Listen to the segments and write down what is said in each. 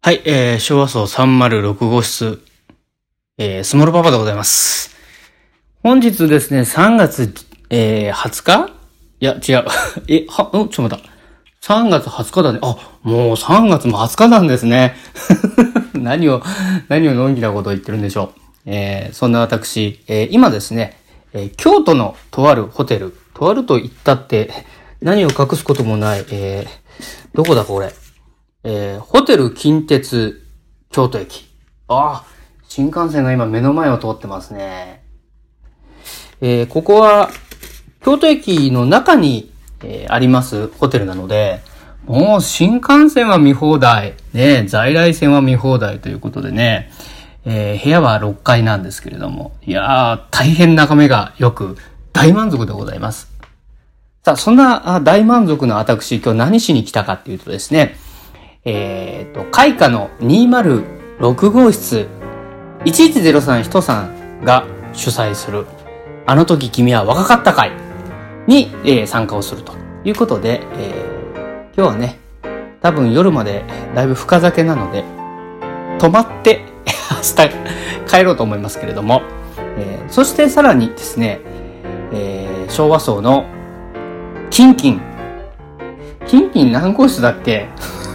はい、昭和層306号室、スモールパパでございます。本日ですね、3月、20日？いや、違う。ちょっと待った。3月20日だね。あ、もう3月も20日なんですね。何をのんきなことを言ってるんでしょう。そんな私、今ですね、京都のとあるホテル、とあると言ったって、何を隠すこともない、どこだこれ。ホテル近鉄京都駅。ああ、新幹線が今目の前を通ってますね。ここは京都駅の中に、ありますホテルなので、もう新幹線は見放題、ね、在来線は見放題ということでね、部屋は6階なんですけれども、いやー、大変眺めが良く、大満足でございます。さあ、そんな大満足の私、今日何しに来たかっていうとですね、開花の206号室、1103人さんが主催する、あの時君は若かった会に、参加をするということで、今日はね、多分夜までだいぶ深酒なので、泊まって明日帰ろうと思いますけれども、そしてさらにですね、昭和層のキンキン何号室だっけ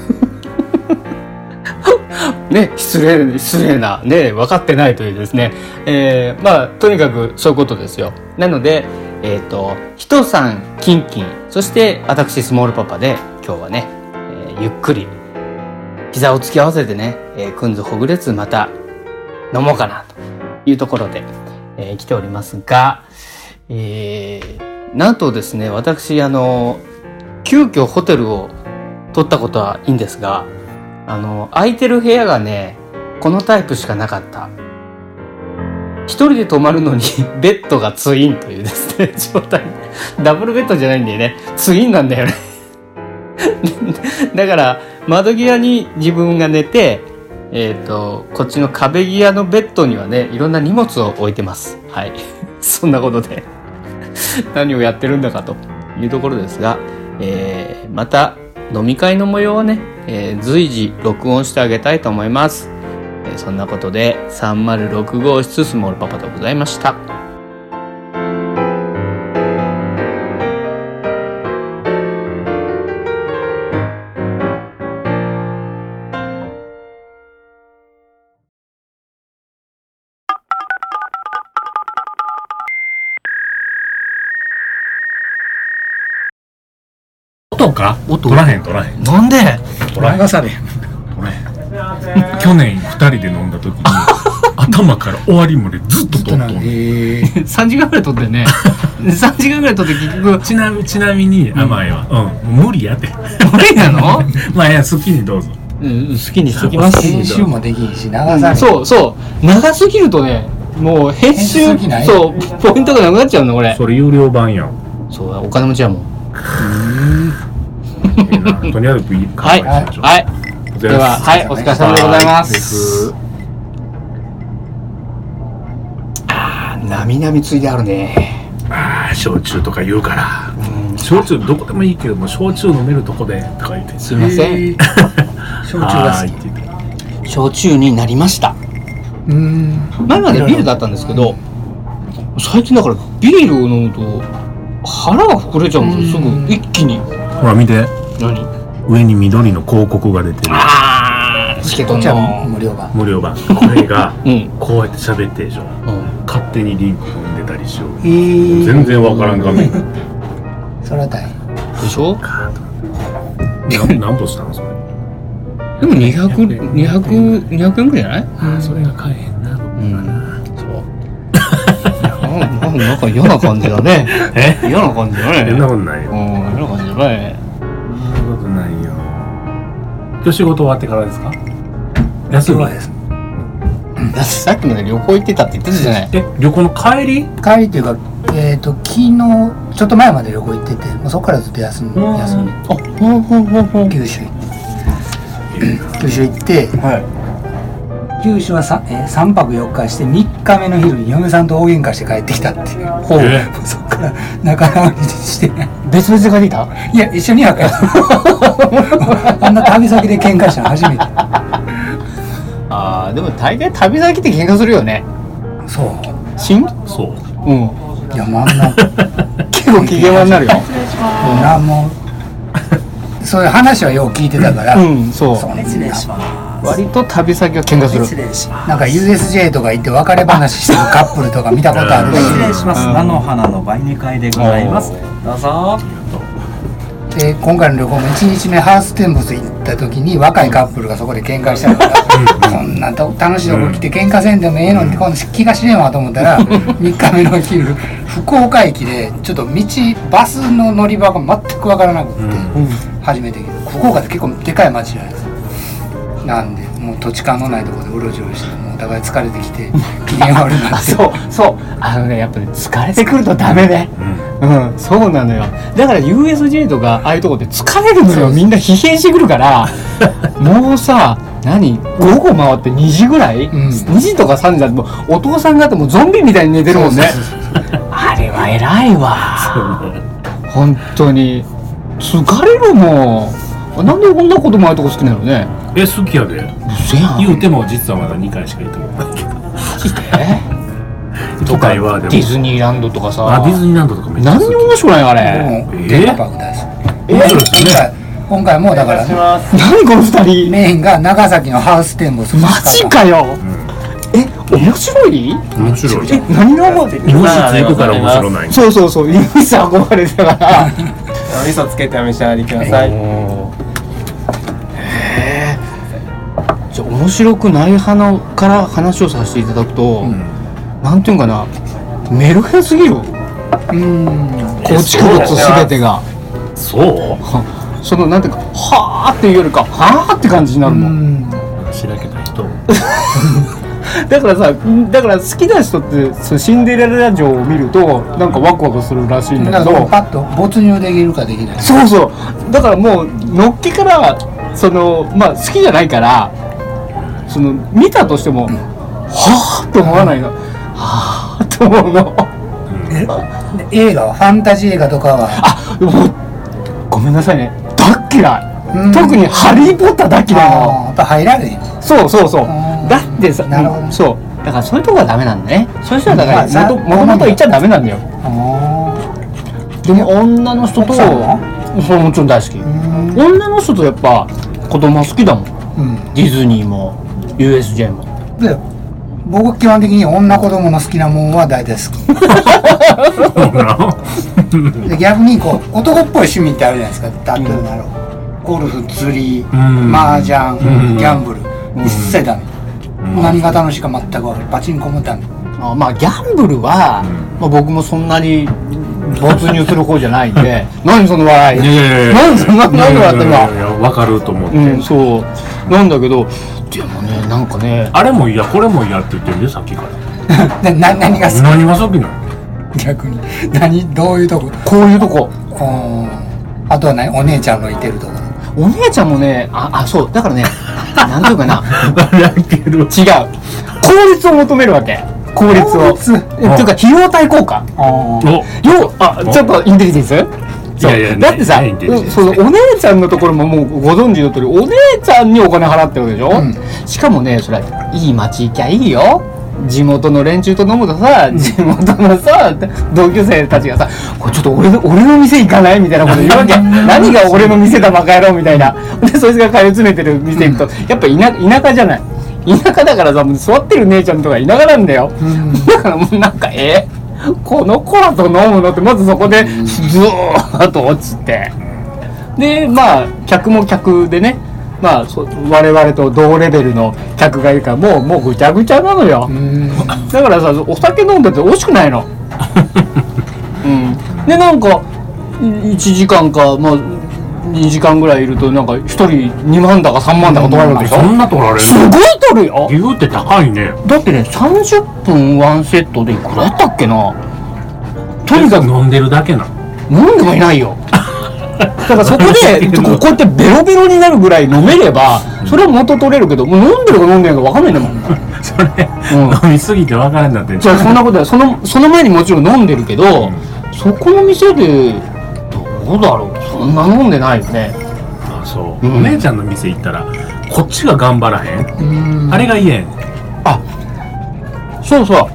ね、失礼な、ね、分かってないというですね。まあ、とにかくそういうことですよ。なので、ひとさん、キンキン、そして私、スモールパパで、今日はね、ゆっくり、膝を突き合わせてね、くんずほぐれつまた飲もうかな、というところで、来ておりますが、なんとですね、私、急遽ホテルを取ったことはいいんですが、空いてる部屋がね、このタイプしかなかった。一人で泊まるのにベッドがツインというですね、状態。ダブルベッドじゃないんだよね。ツインなんだよね。だから、窓際に自分が寝て、こっちの壁際のベッドにはね、いろんな荷物を置いてます。はい。そんなことで、何をやってるんだかというところですが、また、飲み会の模様をね、随時録音してあげたいと思います。そんなことで306号室スモールパパでございました。 音取らへん。 なんで流されへん。去年2人で飲んだ時に頭から終わりまでずっと撮っとん 3時間ぐらい撮ってね。3時間ぐらい撮って結局ちなみに甘いわ、無理やって無理なのまあいや好きにどうぞ、 好きにしときます。 編集もできんし流されそう長すぎるとね、もう編集そうポイントがなくなっちゃうのこれ。 それ有料版やん。 そうお金持ちやもん。 とりあえずはい、でははいお疲れ様でございます。なみなみついであるね。 焼酎とか言うから、焼酎どこでもいいけども焼酎飲めるとこでとか言ってすいません。 焼酎が好き。 焼酎になりました。前までビールだったんですけど、最近だからビールを飲むと腹が膨れちゃうんですよ、すぐ一気に。 ほら見て、 何上に緑の広告が出てる。 チケットの無料版これがこうやって喋ってるでしょ、勝手にリンク踏んでたりしよう、全然わからん画面それは大変でしょ。 何歩したのそれ。 でも200円くらいじゃない。 それが買えへんなそうなんか嫌な感じだね。嫌な感じだね。 そんなことないよ。 嫌な感じだね。 そんなことないよ。今日仕事終わってからですか。休みです。 だってさっきまで旅行行ってたって言ってたじゃない。 旅行の帰りっていうか昨日ちょっと前まで旅行行ってて、もうそこからずっと休み九州行って、九州は3泊4日して3日目の昼に嫁さんと大喧嘩して帰ってきたっていう。そっから仲直りして別々で帰ってきた。 いや一緒には帰った。あんな旅先で喧嘩したの初めて。 ああ、でも大概旅先って喧嘩するよね。 そうそううん。 いやまあな結構機嫌悪になるよ。 もうそういう話はよく聞いてたから、 そう。 失礼します。 割と旅先は喧嘩する。 なんか USJ とか行って別れ話してるカップルとか見たことあるし。 失礼します。菜の花の売2会でございます。どうぞ。 で今回の旅行も1日目ハウステンボス行った時に若いカップルがそこで喧嘩したからこんな楽しいとこ来て喧嘩せんでもええのに今度気が知れんわと思ったら3日目の昼福岡駅でちょっとバスの乗り場が全く分からなくって初めて福岡って結構でかい街じゃないですか。なんでもう土地勘のないところでうろちょろしてもうお互い疲れてきて機嫌悪くなってそうやっぱり疲れてくるとダメね。そうなのよ。だから USJ とかああいうとこって疲れるのよ。みんな疲弊してくるからもうさ午後回って2時ぐらい、2時とか3時だってもうお父さん方もゾンビみたいに寝てるもんね。あれは偉いわ本当に疲れるもん。なんでこんなこともあるとこ好きなのね。 好きやで。 嘘やん。 言うても実はまだ2回しか行ってないけど。 マジでとかディズニーランドとかさ。 ディズニーランドとかめっちゃ好き。 何にも面白くないあれ。 テーマパーク大好き。 面白いですね。 今回もだから何この2人メインが長崎のハウステンボス。 マジかよ。面白い？ 面白い。 何が思ってイノシシ行くから面白ない。 そうイノシシ憧れてたから味噌つけてお召し上がりください。 じゃあ面白くない派から話をさせていただくと、なんていうんかな、メルヘンすぎる。構築物すべてがそうそのなんていうかはーっていうよりかはーって感じになるもん。 しらけた人だから好きな人ってそのシンデレラ城を見るとなんかワクワクするらしいんだけど、 パッと没入できるかできない。 そうだからもうのっけから好きじゃないから見たとしても、はぁと思わないの。はぁと思うの。 映画はファンタジー映画とかはもうごめんなさいね、大っ嫌い。特にハリーポッター大っ嫌いの。 やっぱ入られへん。 そうだってさ、そうだからそういうとこがダメなんだね。そういう人はだからもともと言っちゃダメなんだよ。でも女の人とそうもちろん大好き。女の人とやっぱ子供好きだもん。ディズニーも USJ も。 で僕基本的に女子供の好きなもんは大体好き。で逆にこう男っぽい趣味ってあるじゃないですか。例えばゴルフ、釣り、麻雀、ギャンブル、一切ダメ。何が楽しいか全く分かる。パチンコもダメ。 ギャンブルは、僕もそんなに没入する方じゃないんで何その笑い。何そんな笑ってんの。 分かると思って。 そうなんだけど、でもねなんかねあれも嫌これも嫌って言ってるんでさっきか何ら。 が好き？ 何が好きなの？ 逆にどういうとこ？ こういうとこ。 あとはねお姉ちゃんのいてるとこ。 お姉ちゃんもねそうだからねなんていうかな違う効率を求めるわけ。効率をっていうか費用対効果。ちょっとインテリジェンス。だってさ、そのお姉ちゃんのところももうご存知の通りお姉ちゃんにお金払ってるわけでしょ。しかもねそれいい街行きゃいいよ。地元の連中と飲むとさ、地元のさ同級生たちがさ、これちょっと俺の店行かないみたいなこと言うわけ。何が俺の店だバカ野郎みたいな。でそいつが通い詰めてる店行くと、やっぱ田舎じゃない。田舎だからさ、座ってる姉ちゃんとか田舎なんだよ。だからもうなんかこの子らと飲むのってまずそこでずーっと落ちて、で客も客でね、我々と同レベルの客がいるからもうぐちゃぐちゃなのよ。だからさお酒飲んでて美味しくないの。でなんか1時間か2時間ぐらいいるとなんか1人2万だか3万だか取られるでしょ。 そんな取られる？ すごい取るよ。 理由って高いね。 だってね30分ワンセットでいくらやったっけな。とにかく飲んでるだけなの。 飲んでもいないよ。だからそこでこうやってベロベロになるぐらい飲めればそれは元取れるけど、もう飲んでるか飲んでないか分かんないんだもん。 それ、飲みすぎて分からんなってんじゃん。 そんなことはその前にもちろん飲んでるけど、そこの店でどうだろう、そんな飲んでないよね。 そう、お姉ちゃんの店行ったらこっちが頑張らへん。あれが嫌やねん。 そうそう。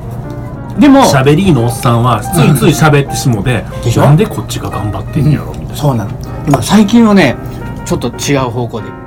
でも喋りのおっさんはついつい喋ってしもて、 でしょなんでこっちが頑張ってんやろみたいな。 そうなの。今最近はねちょっと違う方向で